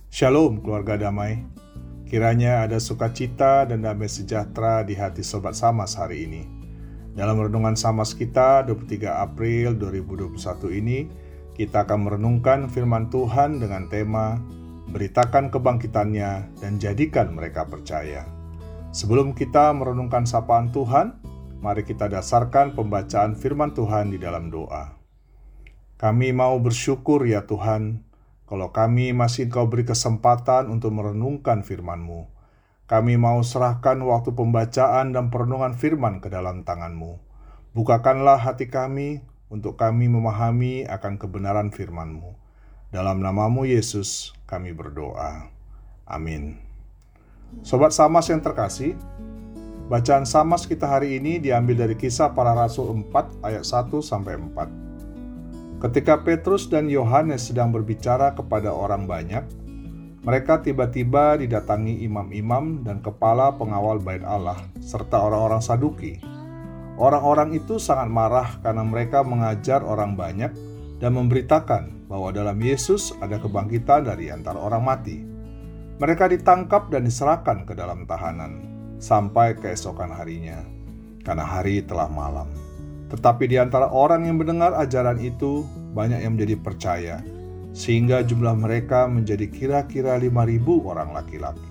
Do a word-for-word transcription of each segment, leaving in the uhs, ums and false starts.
Shalom keluarga damai. Kiranya ada sukacita dan damai sejahtera di hati Sobat Samas hari ini. Dalam renungan Samas kita dua puluh tiga April dua ribu dua puluh satu ini, kita akan merenungkan firman Tuhan dengan tema Beritakan kebangkitannya dan jadikan mereka percaya. Sebelum kita merenungkan sapaan Tuhan, mari kita dasarkan pembacaan firman Tuhan di dalam doa. Kami mau bersyukur ya Tuhan, kalau kami masih Engkau beri kesempatan untuk merenungkan firman-Mu. Kami mau serahkan waktu pembacaan dan perenungan firman ke dalam tangan-Mu. Bukakanlah hati kami untuk kami memahami akan kebenaran firman-Mu. Dalam nama-Mu Yesus kami berdoa. Amin. Sobat Samas yang terkasih, bacaan Samas kita hari ini diambil dari Kisah Para Rasul empat ayat satu sampai empat. Ketika Petrus dan Yohanes sedang berbicara kepada orang banyak, mereka tiba-tiba didatangi imam-imam dan kepala pengawal bait Allah, serta orang-orang Saduki. Orang-orang itu sangat marah karena mereka mengajar orang banyak dan memberitakan bahwa dalam Yesus ada kebangkitan dari antara orang mati. Mereka ditangkap dan diserahkan ke dalam tahanan, sampai keesokan harinya, karena hari telah malam. Tetapi di antara orang yang mendengar ajaran itu, banyak yang menjadi percaya, sehingga jumlah mereka menjadi kira-kira lima ribu orang laki-laki.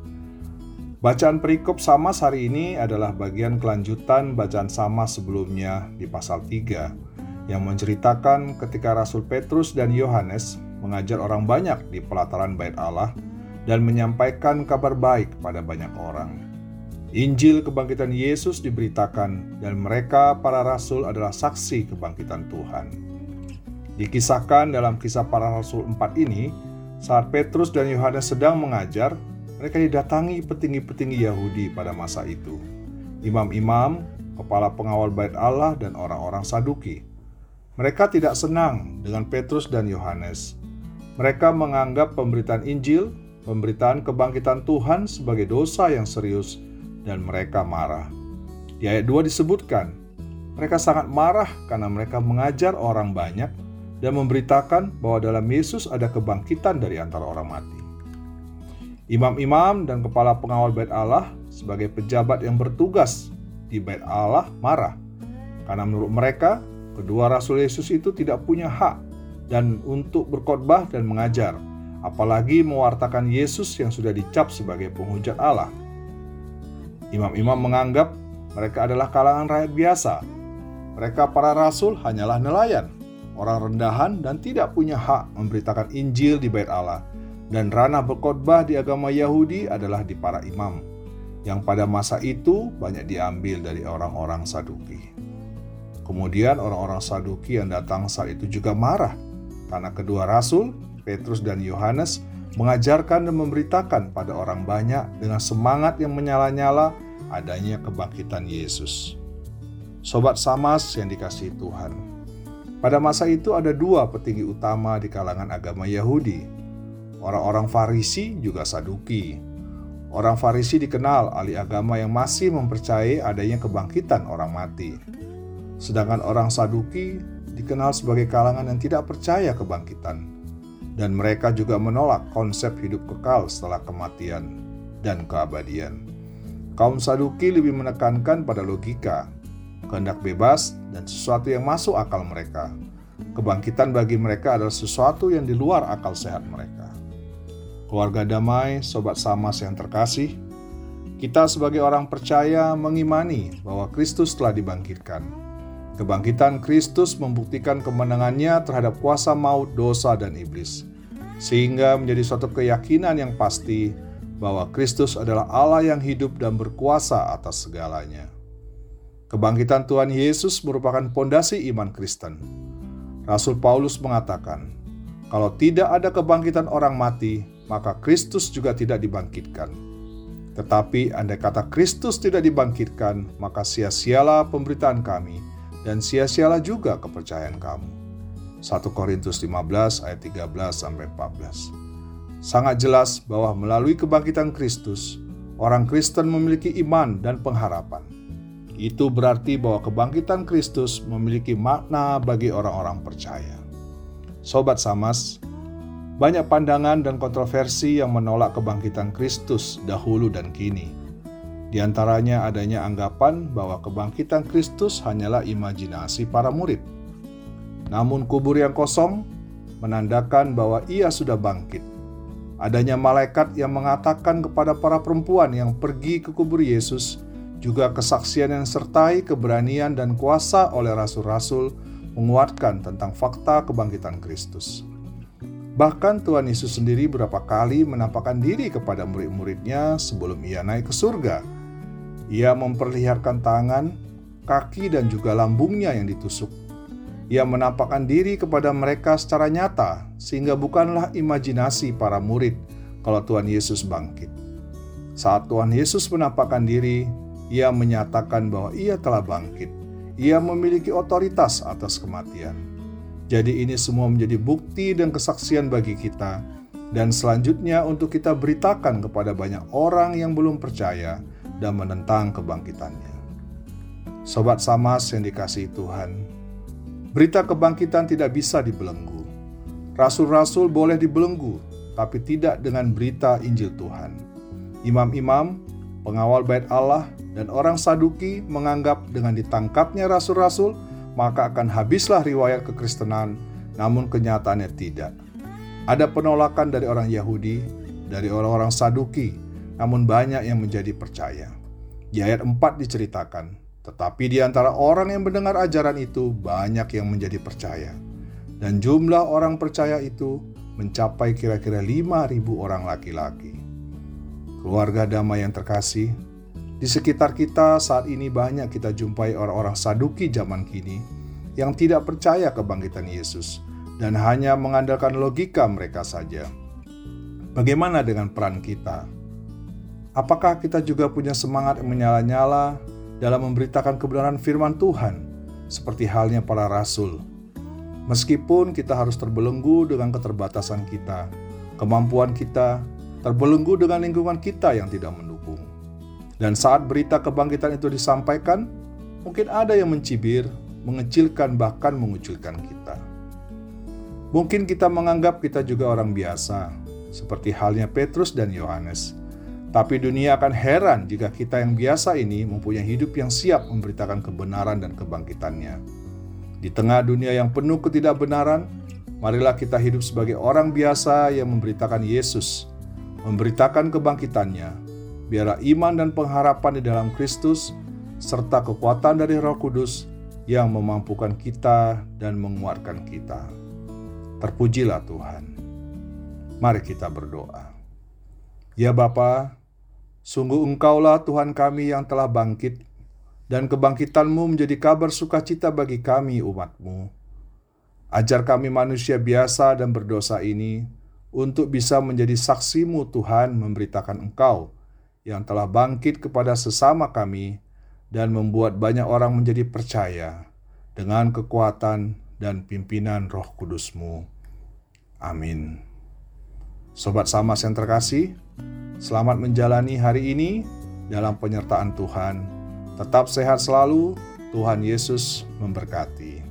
Bacaan perikop Samas hari ini adalah bagian kelanjutan bacaan Samas sebelumnya di pasal tiga, yang menceritakan ketika Rasul Petrus dan Yohanes mengajar orang banyak di pelataran bait Allah dan menyampaikan kabar baik pada banyak orang. Injil kebangkitan Yesus diberitakan dan mereka para rasul adalah saksi kebangkitan Tuhan. Dikisahkan dalam Kisah Para Rasul empat ini, saat Petrus dan Yohanes sedang mengajar, mereka didatangi petinggi-petinggi Yahudi pada masa itu, imam-imam, kepala pengawal bait Allah, dan orang-orang Saduki. Mereka tidak senang dengan Petrus dan Yohanes. Mereka menganggap pemberitaan Injil, pemberitaan kebangkitan Tuhan sebagai dosa yang serius, dan mereka marah. Di ayat dua disebutkan, mereka sangat marah karena mereka mengajar orang banyak dan memberitakan bahwa dalam Yesus ada kebangkitan dari antara orang mati. Imam-imam dan kepala pengawal bait Allah sebagai pejabat yang bertugas di bait Allah marah, karena menurut mereka, kedua Rasul Yesus itu tidak punya hak dan untuk berkhotbah dan mengajar, apalagi mewartakan Yesus yang sudah dicap sebagai penghujat Allah. Imam-imam menganggap mereka adalah kalangan rakyat biasa. Mereka para rasul hanyalah nelayan, orang rendahan dan tidak punya hak memberitakan Injil di bait Allah. Dan ranah berkhotbah di agama Yahudi adalah di para imam, yang pada masa itu banyak diambil dari orang-orang Saduki. Kemudian orang-orang Saduki yang datang saat itu juga marah, karena kedua rasul, Petrus dan Yohanes, mengajarkan dan memberitakan pada orang banyak dengan semangat yang menyala-nyala adanya kebangkitan Yesus. Sobat Samas yang dikasihi Tuhan, pada masa itu ada dua petinggi utama di kalangan agama Yahudi, orang-orang Farisi juga Saduki. Orang Farisi dikenal ahli agama yang masih mempercayai adanya kebangkitan orang mati, sedangkan orang Saduki dikenal sebagai kalangan yang tidak percaya kebangkitan. Dan mereka juga menolak konsep hidup kekal setelah kematian dan keabadian. Kaum Saduki lebih menekankan pada logika, kehendak bebas, dan sesuatu yang masuk akal mereka. Kebangkitan bagi mereka adalah sesuatu yang di luar akal sehat mereka. Keluarga damai, Sobat Samas yang terkasih, kita sebagai orang percaya mengimani bahwa Kristus telah dibangkitkan. Kebangkitan Kristus membuktikan kemenangannya terhadap kuasa maut, dosa, dan iblis, sehingga menjadi suatu keyakinan yang pasti bahwa Kristus adalah Allah yang hidup dan berkuasa atas segalanya. Kebangkitan Tuhan Yesus merupakan pondasi iman Kristen. Rasul Paulus mengatakan, kalau tidak ada kebangkitan orang mati, maka Kristus juga tidak dibangkitkan. Tetapi andai kata Kristus tidak dibangkitkan, maka sia-sialah pemberitaan kami, dan sia-sialah juga kepercayaan kamu. satu Korintus lima belas ayat tiga belas sampai empat belas. Sangat jelas bahwa melalui kebangkitan Kristus, orang Kristen memiliki iman dan pengharapan. Itu berarti bahwa kebangkitan Kristus memiliki makna bagi orang-orang percaya. Sobat Samas, Banyak pandangan dan kontroversi yang menolak kebangkitan Kristus dahulu dan kini. Di antaranya adanya anggapan bahwa kebangkitan Kristus hanyalah imajinasi para murid. Namun kubur yang kosong menandakan bahwa ia sudah bangkit. Adanya malaikat yang mengatakan kepada para perempuan yang pergi ke kubur Yesus, juga kesaksian yang sertai keberanian dan kuasa oleh rasul-rasul menguatkan tentang fakta kebangkitan Kristus. Bahkan Tuhan Yesus sendiri berapa kali menampakkan diri kepada murid-muridnya sebelum ia naik ke surga. Ia memperlihatkan tangan, kaki dan juga lambungnya yang ditusuk. Ia menampakkan diri kepada mereka secara nyata, sehingga bukanlah imajinasi para murid kalau Tuhan Yesus bangkit. Saat Tuhan Yesus menampakkan diri, ia menyatakan bahwa ia telah bangkit. Ia memiliki otoritas atas kematian. Jadi ini semua menjadi bukti dan kesaksian bagi kita, dan selanjutnya untuk kita beritakan kepada banyak orang yang belum percaya dan menentang kebangkitannya. Sobat Samas yang dikasihi Tuhan, berita kebangkitan tidak bisa dibelenggu. Rasul-rasul boleh dibelenggu, tapi tidak dengan berita Injil Tuhan. Imam-imam, pengawal bait Allah, dan orang Saduki menganggap dengan ditangkapnya rasul-rasul, maka akan habislah riwayat kekristenan, namun kenyataannya tidak. Ada penolakan dari orang Yahudi, dari orang-orang Saduki, namun banyak yang menjadi percaya. Di ayat empat diceritakan, tetapi di antara orang yang mendengar ajaran itu, banyak yang menjadi percaya. Dan jumlah orang percaya itu mencapai kira-kira lima ribu orang laki-laki. Keluarga damai yang terkasih, di sekitar kita saat ini banyak kita jumpai orang-orang Saduki zaman kini yang tidak percaya kebangkitan Yesus dan hanya mengandalkan logika mereka saja. Bagaimana dengan peran kita? Apakah kita juga punya semangat yang menyala-nyala dalam memberitakan kebenaran firman Tuhan, seperti halnya para rasul? Meskipun kita harus terbelenggu dengan keterbatasan kita, kemampuan kita, terbelenggu dengan lingkungan kita yang tidak mendukung. Dan saat berita kebangkitan itu disampaikan, mungkin ada yang mencibir, mengecilkan, bahkan mengucilkan kita. Mungkin kita menganggap kita juga orang biasa, seperti halnya Petrus dan Yohanes. Tapi dunia akan heran jika kita yang biasa ini mempunyai hidup yang siap memberitakan kebenaran dan kebangkitannya. Di tengah dunia yang penuh ketidakbenaran, marilah kita hidup sebagai orang biasa yang memberitakan Yesus, memberitakan kebangkitannya. Biarlah iman dan pengharapan di dalam Kristus, serta kekuatan dari Roh Kudus yang memampukan kita dan menguatkan kita. Terpujilah Tuhan. Mari kita berdoa. Ya Bapa, sungguh Engkaulah Tuhan kami yang telah bangkit, dan kebangkitan-Mu menjadi kabar sukacita bagi kami umat-Mu. Ajar kami manusia biasa dan berdosa ini untuk bisa menjadi saksi-Mu Tuhan, memberitakan Engkau yang telah bangkit kepada sesama kami dan membuat banyak orang menjadi percaya dengan kekuatan dan pimpinan Roh Kudus-Mu. Amin. Sobat Samas yang terkasih, selamat menjalani hari ini dalam penyertaan Tuhan. Tetap sehat selalu, Tuhan Yesus memberkati.